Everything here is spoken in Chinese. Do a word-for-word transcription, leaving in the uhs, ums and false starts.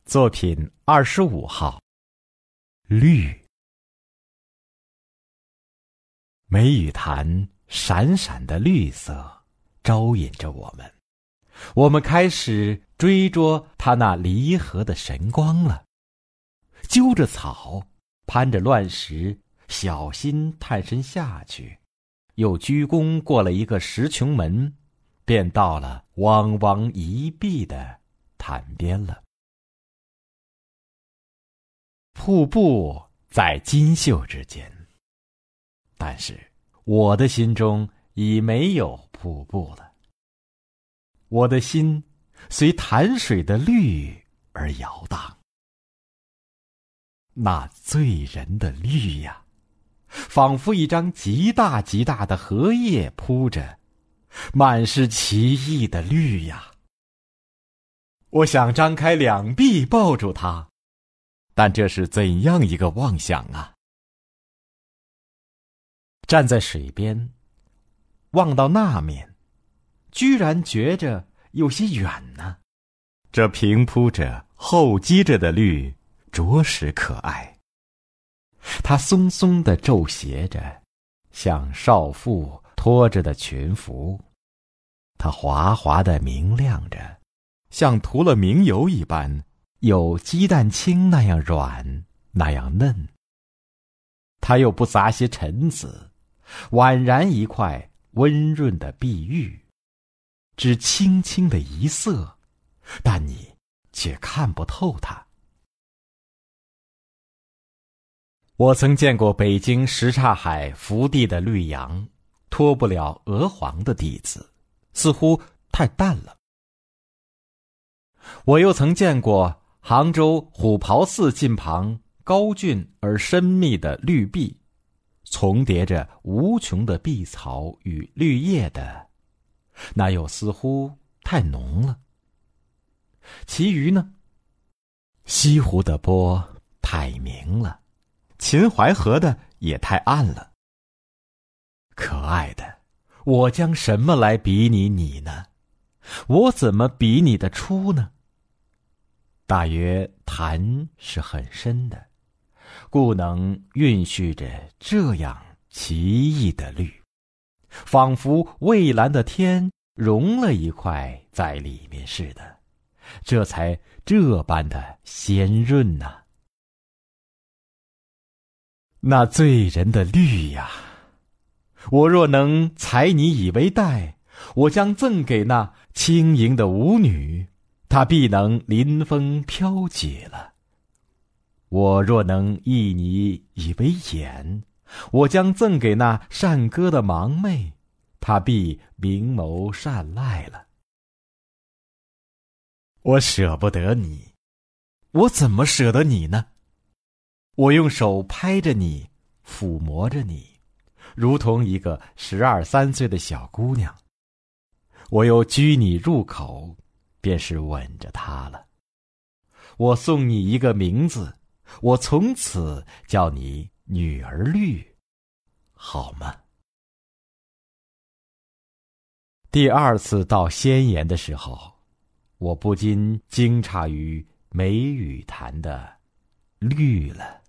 作品二十五号，绿。梅雨潭闪闪的绿色招引着我们，我们开始追捉它那离合的神光了。揪着草，攀着乱石，小心探身下去，又鞠躬过了一个石穹门，便到了汪汪一碧的潭边了。瀑布在金袖之间，但是我的心中已没有瀑布了。我的心随潭水的绿而摇荡。那醉人的绿呀，仿佛一张极大极大的荷叶铺着，满是奇异的绿呀。我想张开两臂抱住它，但这是怎样一个妄想啊！站在水边，望到那面，居然觉着有些远呢。这平铺着、厚积着的绿，着实可爱。它松松地皱斜着，像少妇拖着的裙服；它滑滑地明亮着，像涂了明油一般，有鸡蛋清那样软，那样嫩。它又不撒些尘子，宛然一块温润的碧玉，只轻轻的一色，但你却看不透它。我曾见过北京什刹海福地的绿杨，脱不了鹅黄的底子，似乎太淡了。我又曾见过杭州虎跑寺近旁高峻而深密的绿壁，重叠着无穷的碧草与绿叶的，那又似乎太浓了。其余呢，西湖的波太明了，秦淮河的也太暗了。可爱的，我将什么来比拟你呢？我怎么比你的出呢？大约潭是很深的，故能蕴蓄着这样奇异的绿，仿佛蔚蓝的天融了一块在里面似的，这才这般的鲜润呐、啊。那醉人的绿呀，我若能采你以为带，我将赠给那轻盈的舞女，她必能临风飘解了。我若能忆你以为眼，我将赠给那善歌的盲妹，她必明眸善睐了。我舍不得你，我怎么舍得你呢？我用手拍着你，抚摸着你，如同一个十二三岁的小姑娘。我又拘你入口，便是吻着她了。我送你一个名字，我从此叫你女儿绿，好吗？第二次到仙岩的时候，我不禁惊诧于梅雨潭的绿了。